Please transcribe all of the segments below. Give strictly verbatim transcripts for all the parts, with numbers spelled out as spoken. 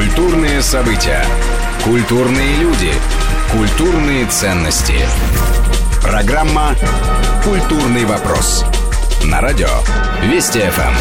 Культурные события. Культурные люди. Культурные ценности. Программа «Культурный вопрос». На радио Вести эф эм.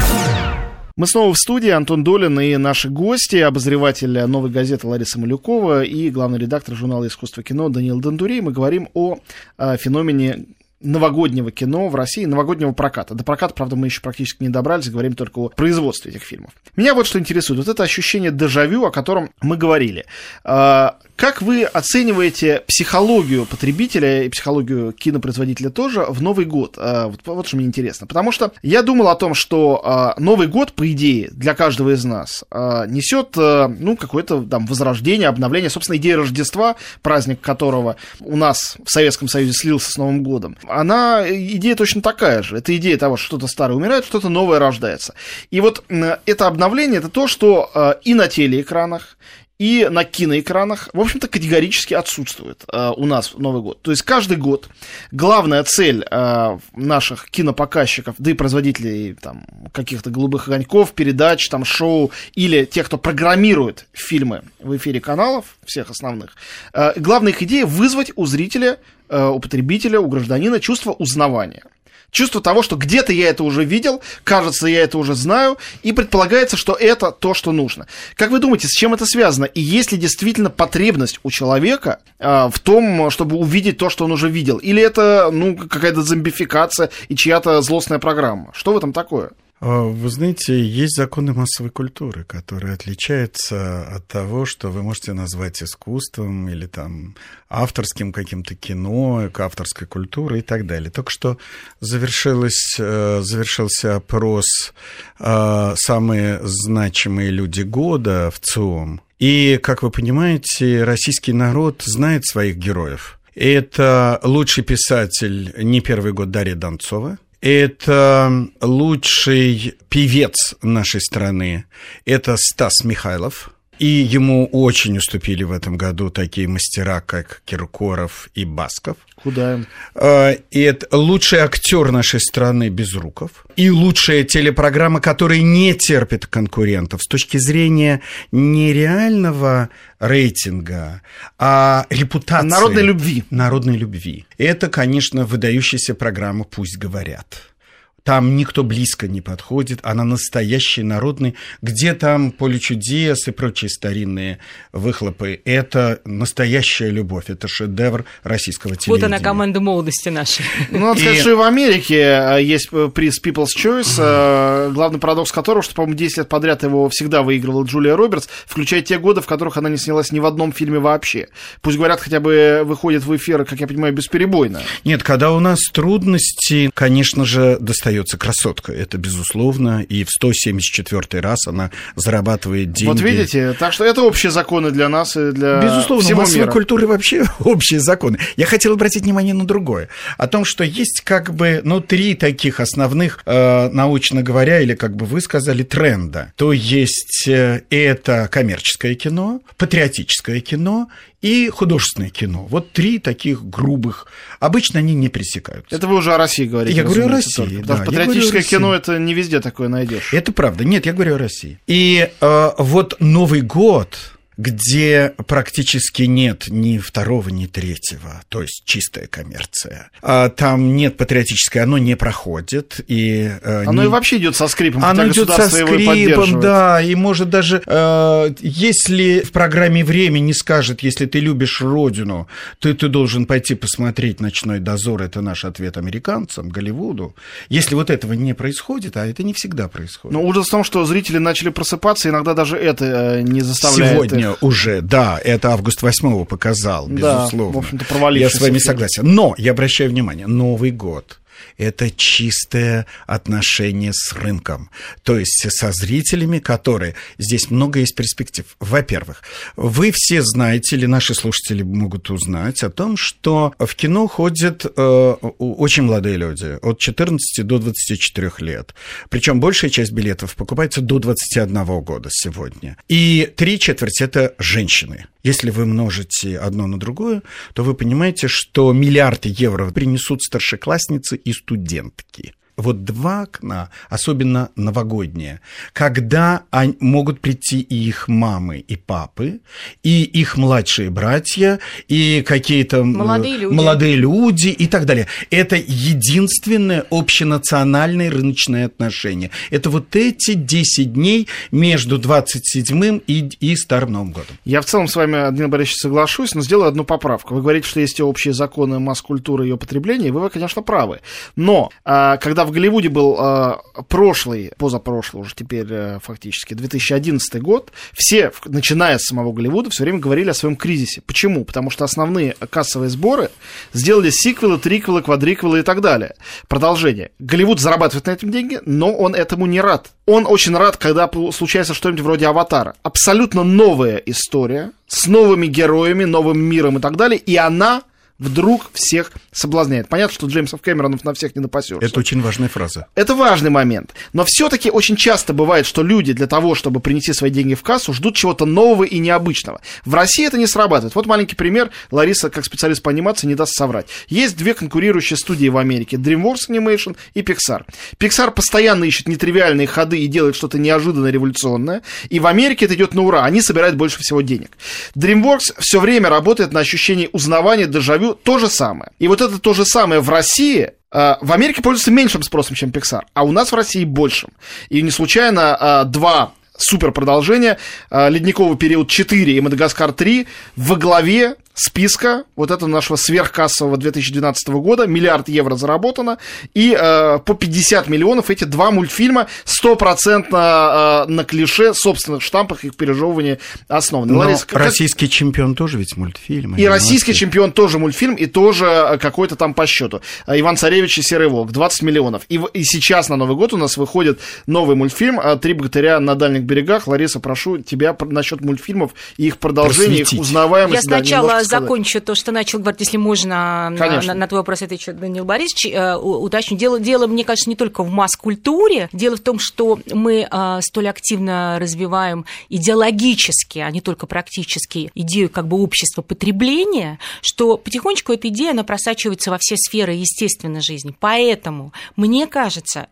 Мы снова в студии. Антон Долин и наши гости, обозреватель «Новой газеты» Лариса Малюкова и главный редактор журнала «Искусство кино» Даниил Дендурей. Мы говорим о, о феномене новогоднего кино в России, новогоднего проката. До проката, правда, мы еще практически не добрались, говорим только о производстве этих фильмов. Меня вот что интересует, вот это ощущение дежавю, о котором мы говорили. Как вы оцениваете психологию потребителя и психологию кинопроизводителя тоже в Новый год? Вот, вот что мне интересно. Потому что я думал о том, что Новый год, по идее, для каждого из нас несет, ну, какое-то там возрождение, обновление. Собственно, идея Рождества, праздник которого у нас в Советском Союзе слился с Новым годом, она, идея точно такая же. Это идея того, что что-то старое умирает, что-то новое рождается. И вот это обновление, это то, что и на телеэкранах, и на киноэкранах, в общем-то, категорически отсутствует э, у нас в Новый год. То есть каждый год главная цель э, наших кинопоказчиков, да и производителей там, каких-то голубых огоньков, передач, там, шоу, или тех, кто программирует фильмы в эфире каналов, всех основных, э, главная их идея — вызвать у зрителя, э, у потребителя, у гражданина чувство узнавания. Чувство того, что где-то я это уже видел, кажется, я это уже знаю, и предполагается, что это то, что нужно. Как вы думаете, с чем это связано? И есть ли действительно потребность у человека э, в том, чтобы увидеть то, что он уже видел? Или это, ну, какая-то зомбификация и чья-то злостная программа? Что в этом такое? Вы знаете, есть законы массовой культуры, которые отличаются от того, что вы можете назвать искусством или там авторским каким-то кино, авторской культурой и так далее. Только что завершилось, завершился опрос «Самые значимые люди года» в ЦИОМ. И, как вы понимаете, российский народ знает своих героев. Это лучший писатель не первый год Дарья Донцова. Это лучший певец нашей страны, это Стас Михайлов. И ему очень уступили в этом году такие мастера, как Киркоров и Басков. Куда им? И это лучший актер нашей страны Безруков. И лучшая телепрограмма, которая не терпит конкурентов с точки зрения не реального рейтинга, а репутации. Народной любви. Народной любви. Это, конечно, выдающаяся программа «Пусть говорят». Там никто близко не подходит, она настоящий народный. Где там «Поле чудес» и прочие старинные выхлопы? Это настоящая любовь, это шедевр российского телевидения. Вот она, команда молодости нашей. Ну, надо сказать, и... что и в Америке есть приз People's Choice, mm-hmm. главный парадокс которого, что, по-моему, десять лет подряд его всегда выигрывала Джулия Робертс, включая те годы, в которых она не снялась ни в одном фильме вообще. Пусть говорят, хотя бы выходит в эфир, как я понимаю, бесперебойно. Нет, когда у нас трудности, конечно же, достается красотка, это безусловно, и в сто семьдесят четвёртый раз она зарабатывает деньги. Вот видите, так что это общие законы для нас и для безусловно, всего массовой мира. Культуры вообще общие законы. Я хотел обратить внимание на другое, о том, что есть как бы, ну, три таких основных, э, научно говоря, или как бы вы сказали, тренда. То есть э, это коммерческое кино, патриотическое кино и художественное кино. Вот три таких грубых. Обычно они не пересекаются. Это вы уже о России говорите. Я говорю о России. Только. Потому да, что патриотическое кино это не везде такое найдешь. Это правда. Нет, я говорю о России. И э, вот Новый год, где практически нет ни второго, ни третьего, то есть чистая коммерция. А там нет патриотической, оно не проходит. И, э, оно не... и вообще идет со скрипом. Оно идет со скрипом, да, и может даже, э, если в программе «Время» не скажет, если ты любишь Родину, то ты должен пойти посмотреть «Ночной дозор», это наш ответ американцам, Голливуду. Если вот этого не происходит, а это не всегда происходит. Но ужас в том, что зрители начали просыпаться, иногда даже это не заставляет Сегодня их... уже, да, это август восьмого показал, безусловно. Да, в общем-то, провалившийся. Я с вами согласен. Но, я обращаю внимание, Новый год — это чистое отношение с рынком, то есть со зрителями, которые... Здесь много есть перспектив. Во-первых, вы все знаете, или наши слушатели могут узнать о том, что в кино ходят э, очень молодые люди, от четырнадцати до двадцати четырёх лет. Причем большая часть билетов покупается до двадцати одного года сегодня. И три четверти — это женщины. Если вы множите одно на другое, то вы понимаете, что миллиарды евро принесут старшеклассницы и студентки. вот два окна, особенно новогодние, когда они, могут прийти и их мамы, и папы, и их младшие братья, и какие-то молодые люди. молодые люди и так далее. Это единственное общенациональное рыночное отношение. Это вот эти десять дней между двадцать седьмым и, и Старым Новым годом. Я в целом с вами, Даниил Борисович, соглашусь, но сделаю одну поправку. Вы говорите, что есть общие законы масс-культуры и ее потребления, и вы, конечно, правы. Но а, когда в Голливуде был а, прошлый, позапрошлый уже теперь а, фактически, две тысячи одиннадцатый год, все, начиная с самого Голливуда, все время говорили о своем кризисе. Почему? Потому что основные кассовые сборы сделали сиквелы, триквелы, квадриквелы и так далее. Продолжение. Голливуд зарабатывает на этом деньги, но он этому не рад. Он очень рад, когда случается что-нибудь вроде «Аватара». Абсолютно новая история, с новыми героями, новым миром и так далее, и она вдруг всех соблазняет. Понятно, что Джеймсов Кэмеронов на всех не напасешься. Это очень важная фраза. Это важный момент. Но все-таки очень часто бывает, что люди для того, чтобы принести свои деньги в кассу, ждут чего-то нового и необычного. В России это не срабатывает. Вот маленький пример. Лариса, как специалист по анимации, не даст соврать. Есть две конкурирующие студии в Америке. DreamWorks Animation и Pixar. Pixar постоянно ищет нетривиальные ходы и делает что-то неожиданно революционное. И в Америке это идет на ура. Они собирают больше всего денег. DreamWorks все время работает на ощущении узнавания, дежавю. То же самое. И вот это то же самое в России, э, в Америке пользуется меньшим спросом, чем Pixar, а у нас в России большим. И не случайно э, два супер продолжения, э, «Ледниковый период четыре» и «Мадагаскар три» во главе списка вот этого нашего сверхкассового две тысячи двенадцатого года, миллиард евро заработано, и э, по пятьдесят миллионов эти два мультфильма стопроцентно э, на клише, собственных штампах, их пережевывания основаны. Но Лариса, как... российский чемпион тоже ведь мультфильм. И российский чемпион тоже мультфильм, и тоже какой-то там по счету. Иван Царевич и Серый Волк, двадцать миллионов. И, и сейчас на Новый год у нас выходит новый мультфильм «Три богатыря на дальних берегах». Лариса, прошу тебя насчет мультфильмов и их продолжения, их узнаваемости. Я сначала да, закончу то, что начал говорить, если можно, на, на твой вопрос отвечу, Даниил Борисович, э, уточню. Дело, дело, мне кажется, не только в масс-культуре. Дело в том, что мы э, столь активно развиваем идеологически, а не только практически, идею как бы общества потребления, что потихонечку эта идея, она просачивается во все сферы естественной жизни. Поэтому мне кажется,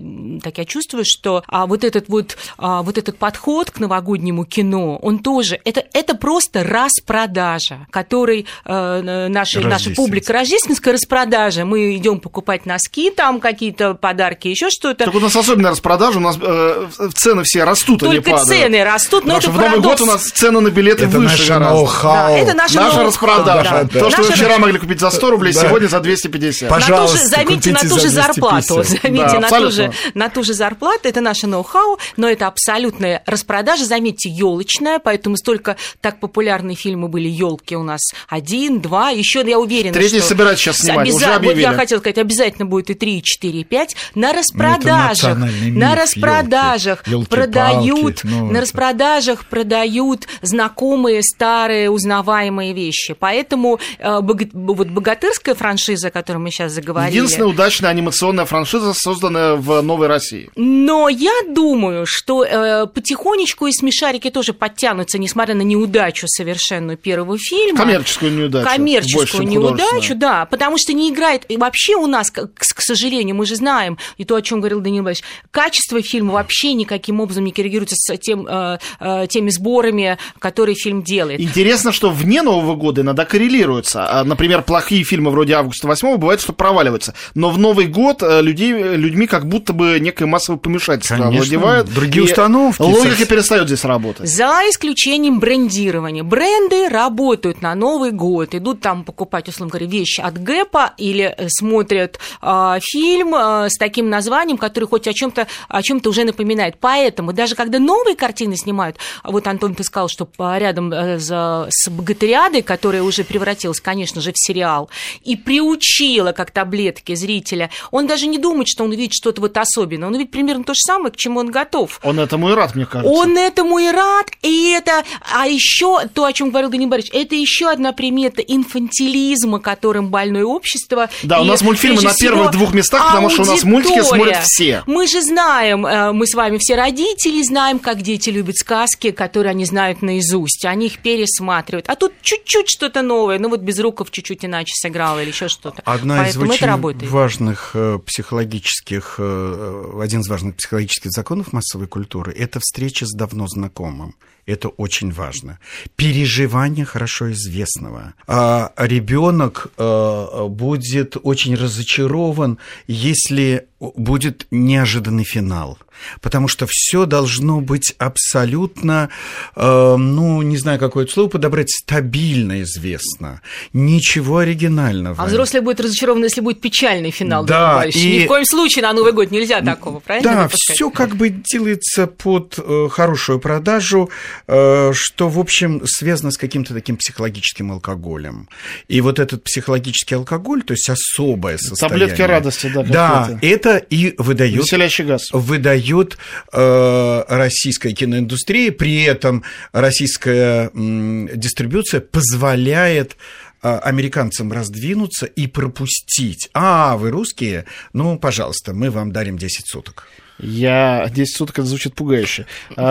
и так я чувствую, что а, вот, этот вот, а, вот этот подход к новогоднему кино, он тоже, это, это просто распродажа, который э, наша, наша публика, рождественская распродажа. Мы идем покупать носки, там какие-то подарки, еще что-то. Так у нас особенная распродажа, у нас э, цены все растут, только а не падают. Только цены растут, но это в Новый год у нас цены на билеты это выше гораздо. Да, это наша, наша распродажа. Да, да. То, что наша... вы вчера могли купить за сто рублей, да. Сегодня за двести пятьдесят. Пожалуйста, на ту же, заметьте, на ту же зарплату. Заметьте, да, на, ту же, на ту же зарплату. Это наше ноу-хау, но это абсолютная распродажа. Заметьте, елочная, поэтому столько так популярные фильмы были «Елки» у нас один, два, еще я уверена, третий что... собирать сейчас снимать, обяза... уже объявили. Вот я хотела сказать, обязательно будет и три, и четыре, и пять. На распродажах, на распродажах ёлки, продают, ну, на это... распродажах продают знакомые, старые, узнаваемые вещи. Поэтому э, бог... вот богатырская франшиза, о которой мы сейчас заговорили... Единственная удачная анимационная франшиза, созданная в Новой России. Но я думаю, что э, потихонечку и смешарики тоже подтянутся, несмотря на неудачу совершенную первого фильма. Коммерческую неудачу. Коммерческую неудачу, да, потому что не играет... И вообще у нас, к, к сожалению, мы же знаем, и то, о чем говорил Даниил Борисович, качество фильма вообще никаким образом не коррегируется с тем, э, э, теми сборами, которые фильм делает. Интересно, что вне Нового года иногда коррелируются. Например, плохие фильмы вроде «Августа восьмого» бывает, что проваливаются. Но в Новый год людей, людьми как будто бы некое массовое помешательство Конечно, овладевает. Другие установки. Логика перестает здесь работать. За исключением брендирования. Бренды работают на Новый год, идут там покупать, условно говоря, вещи от Гэпа или смотрят э, фильм э, с таким названием, который хоть о чем-то о чем-то уже напоминает. Поэтому даже когда новые картины снимают, вот Антон, ты сказал, что рядом э, за, с «Богатыриадой», которая уже превратилась, конечно же, в сериал, и приучила как таблетки зрителя, он даже не думает, что он увидит что-то вот особенное. Он увидит примерно то же самое, к чему он готов. Он этому и рад, мне кажется. Он этому и рад, и это... А еще то, о чем говорил Даниил Борисович, это еще еще одна примета инфантилизма, которым больное общество. Да, у нас мультфильмы на первых двух местах, потому что у нас мультики смотрят все. Мы же знаем, мы с вами все родители знаем, как дети любят сказки, которые они знают наизусть. Они их пересматривают. А тут чуть-чуть что-то новое. Ну вот Безруков чуть-чуть иначе сыграл или еще что-то. Одна Поэтому из это очень работает. важных психологических, один из важных психологических законов массовой культуры – это встреча с давно знакомым. Это очень важно. Переживание хорошо известного. А ребенок а, будет очень разочарован, если будет неожиданный финал. Потому что все должно быть абсолютно, э, ну, не знаю, какое слово подобрать, стабильно известно. Ничего оригинального. А взрослый будет разочарован, если будет печальный финал. Да, и... Ни в коем случае на Новый год нельзя такого, правильно? Да, все как бы делается под э, хорошую продажу, э, что, в общем, связано с каким-то таким психологическим алкоголем. И вот этот психологический алкоголь, то есть особое состояние. Таблетки радости, да. Да, это и выдает... Веселящий газ. Выдает э, российская киноиндустрия, при этом российская м, дистрибьюция позволяет э, американцам раздвинуться и пропустить. А, вы русские? Ну, пожалуйста, мы вам дарим десять суток. Я... десять суток, это звучит пугающе.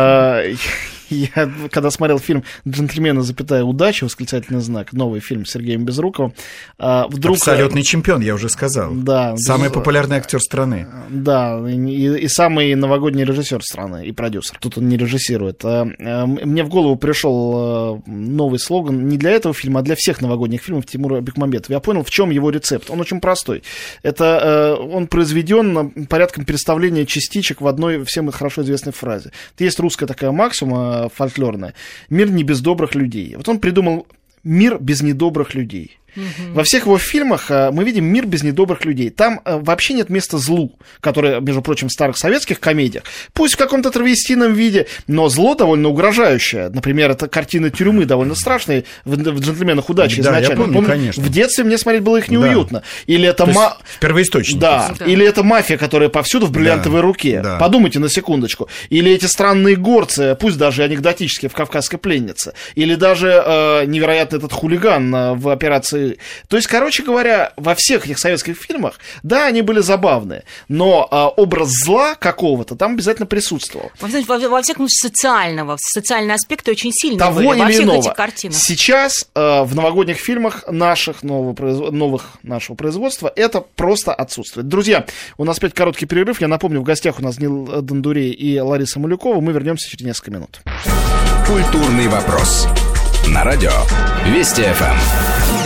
Я, когда смотрел фильм «Джентльмены, запятая, удача», восклицательный знак, новый фильм с Сергеем Безруковым, вдруг... Абсолютный чемпион, я уже сказал. Да. Самый популярный актер страны. Да, и, и самый новогодний режиссер страны, и продюсер. Тут он не режиссирует. Мне в голову пришел новый слоган не для этого фильма, а для всех новогодних фильмов Тимура Бекмамбетова. Я понял, в чем его рецепт. Он очень простой. Это он произведен порядком переставления частичек в одной всем хорошо известной фразе. Есть русская такая максима, фольклорная. Мир не без добрых людей. Вот он придумал мир без недобрых людей. Угу. Во всех его фильмах мы видим мир без недобрых людей. Там вообще нет места злу, которое, между прочим, в старых советских комедиях, пусть в каком-то травестийном виде, но зло довольно угрожающее. Например, это картины тюрьмы довольно страшные в, в «Джентльменах удачи» да, изначально. Я помню, помню, конечно. В детстве мне смотреть было их неуютно. Да. Или это ма... первоисточник. Да. да, или это мафия, которая повсюду в бриллиантовой да. руке. Да. Подумайте на секундочку. Или эти странные горцы, пусть даже анекдотические, в «Кавказской пленнице». Или даже э, невероятный этот хулиган э, в «Операции». То есть, короче говоря, во всех этих советских фильмах, да, они были забавные, но а, образ зла какого-то там обязательно присутствовал. Во, во, во всяком случае, социального, социальные аспекты очень сильные Того были или во всех иного. этих картинах. Сейчас а, в новогодних фильмах наших, нового, производ... новых нашего производства это просто отсутствует. Друзья, у нас опять короткий перерыв. Я напомню, в гостях у нас Даниил Дендурей и Лариса Малюкова. Мы вернемся через несколько минут. Культурный вопрос. На радио Вести эф эм.